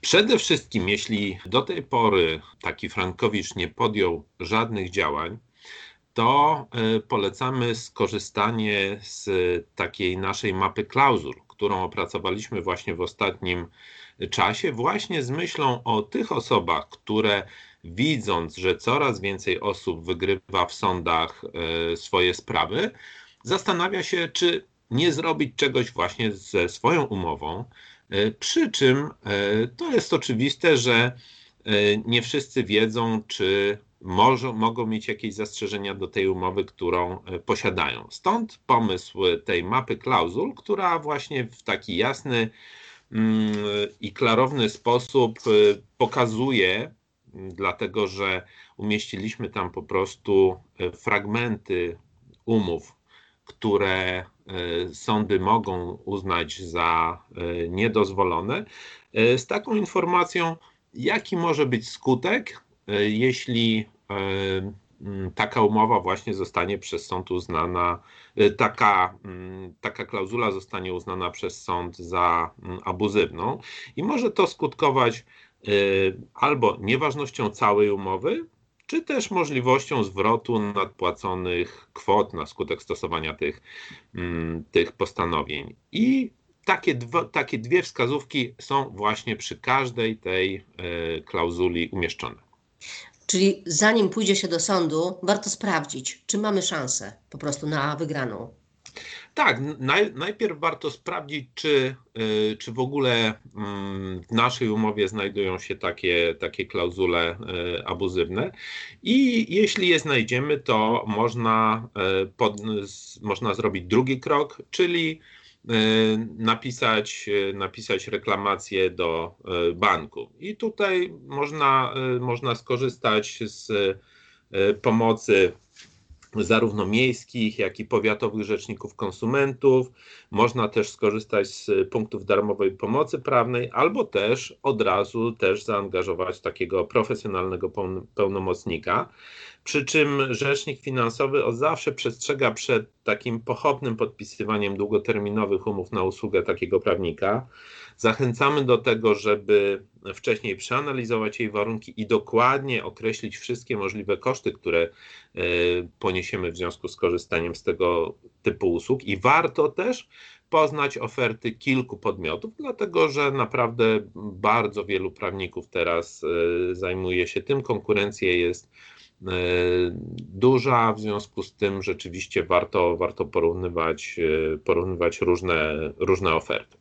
Przede wszystkim, jeśli do tej pory taki frankowicz nie podjął żadnych działań, to polecamy skorzystanie z takiej naszej mapy klauzul, którą opracowaliśmy właśnie w ostatnim czasie, właśnie z myślą o tych osobach, które widząc, że coraz więcej osób wygrywa w sądach swoje sprawy, zastanawia się, czy nie zrobić czegoś właśnie ze swoją umową. Przy czym to jest oczywiste, że nie wszyscy wiedzą, czy mogą mieć jakieś zastrzeżenia do tej umowy, którą posiadają. Stąd pomysł tej mapy klauzul, która właśnie w taki jasny i klarowny sposób pokazuje, dlatego że umieściliśmy tam po prostu fragmenty umów, które sądy mogą uznać za niedozwolone, z taką informacją, jaki może być skutek, jeśli taka umowa właśnie zostanie przez sąd uznana, taka klauzula zostanie uznana przez sąd za abuzywną i może to skutkować albo nieważnością całej umowy, czy też możliwością zwrotu nadpłaconych kwot na skutek stosowania tych postanowień. I takie dwie wskazówki są właśnie przy każdej tej klauzuli umieszczone. Czyli zanim pójdzie się do sądu, warto sprawdzić, czy mamy szansę po prostu na wygraną. Tak, najpierw warto sprawdzić, czy w ogóle w naszej umowie znajdują się takie klauzule abuzywne i jeśli je znajdziemy, to można zrobić drugi krok, czyli napisać reklamację do banku. I tutaj można skorzystać z pomocy zarówno miejskich, jak i powiatowych rzeczników konsumentów. Można też skorzystać z punktów darmowej pomocy prawnej, albo też od razu zaangażować takiego profesjonalnego pełnomocnika. Przy czym rzecznik finansowy od zawsze przestrzega przed takim pochopnym podpisywaniem długoterminowych umów na usługę takiego prawnika. Zachęcamy do tego, żeby wcześniej przeanalizować jej warunki i dokładnie określić wszystkie możliwe koszty, które poniesiemy w związku z korzystaniem z tego typu usług. I warto też poznać oferty kilku podmiotów, dlatego że naprawdę bardzo wielu prawników teraz zajmuje się tym. Konkurencja jest duża, w związku z tym rzeczywiście warto porównywać różne oferty.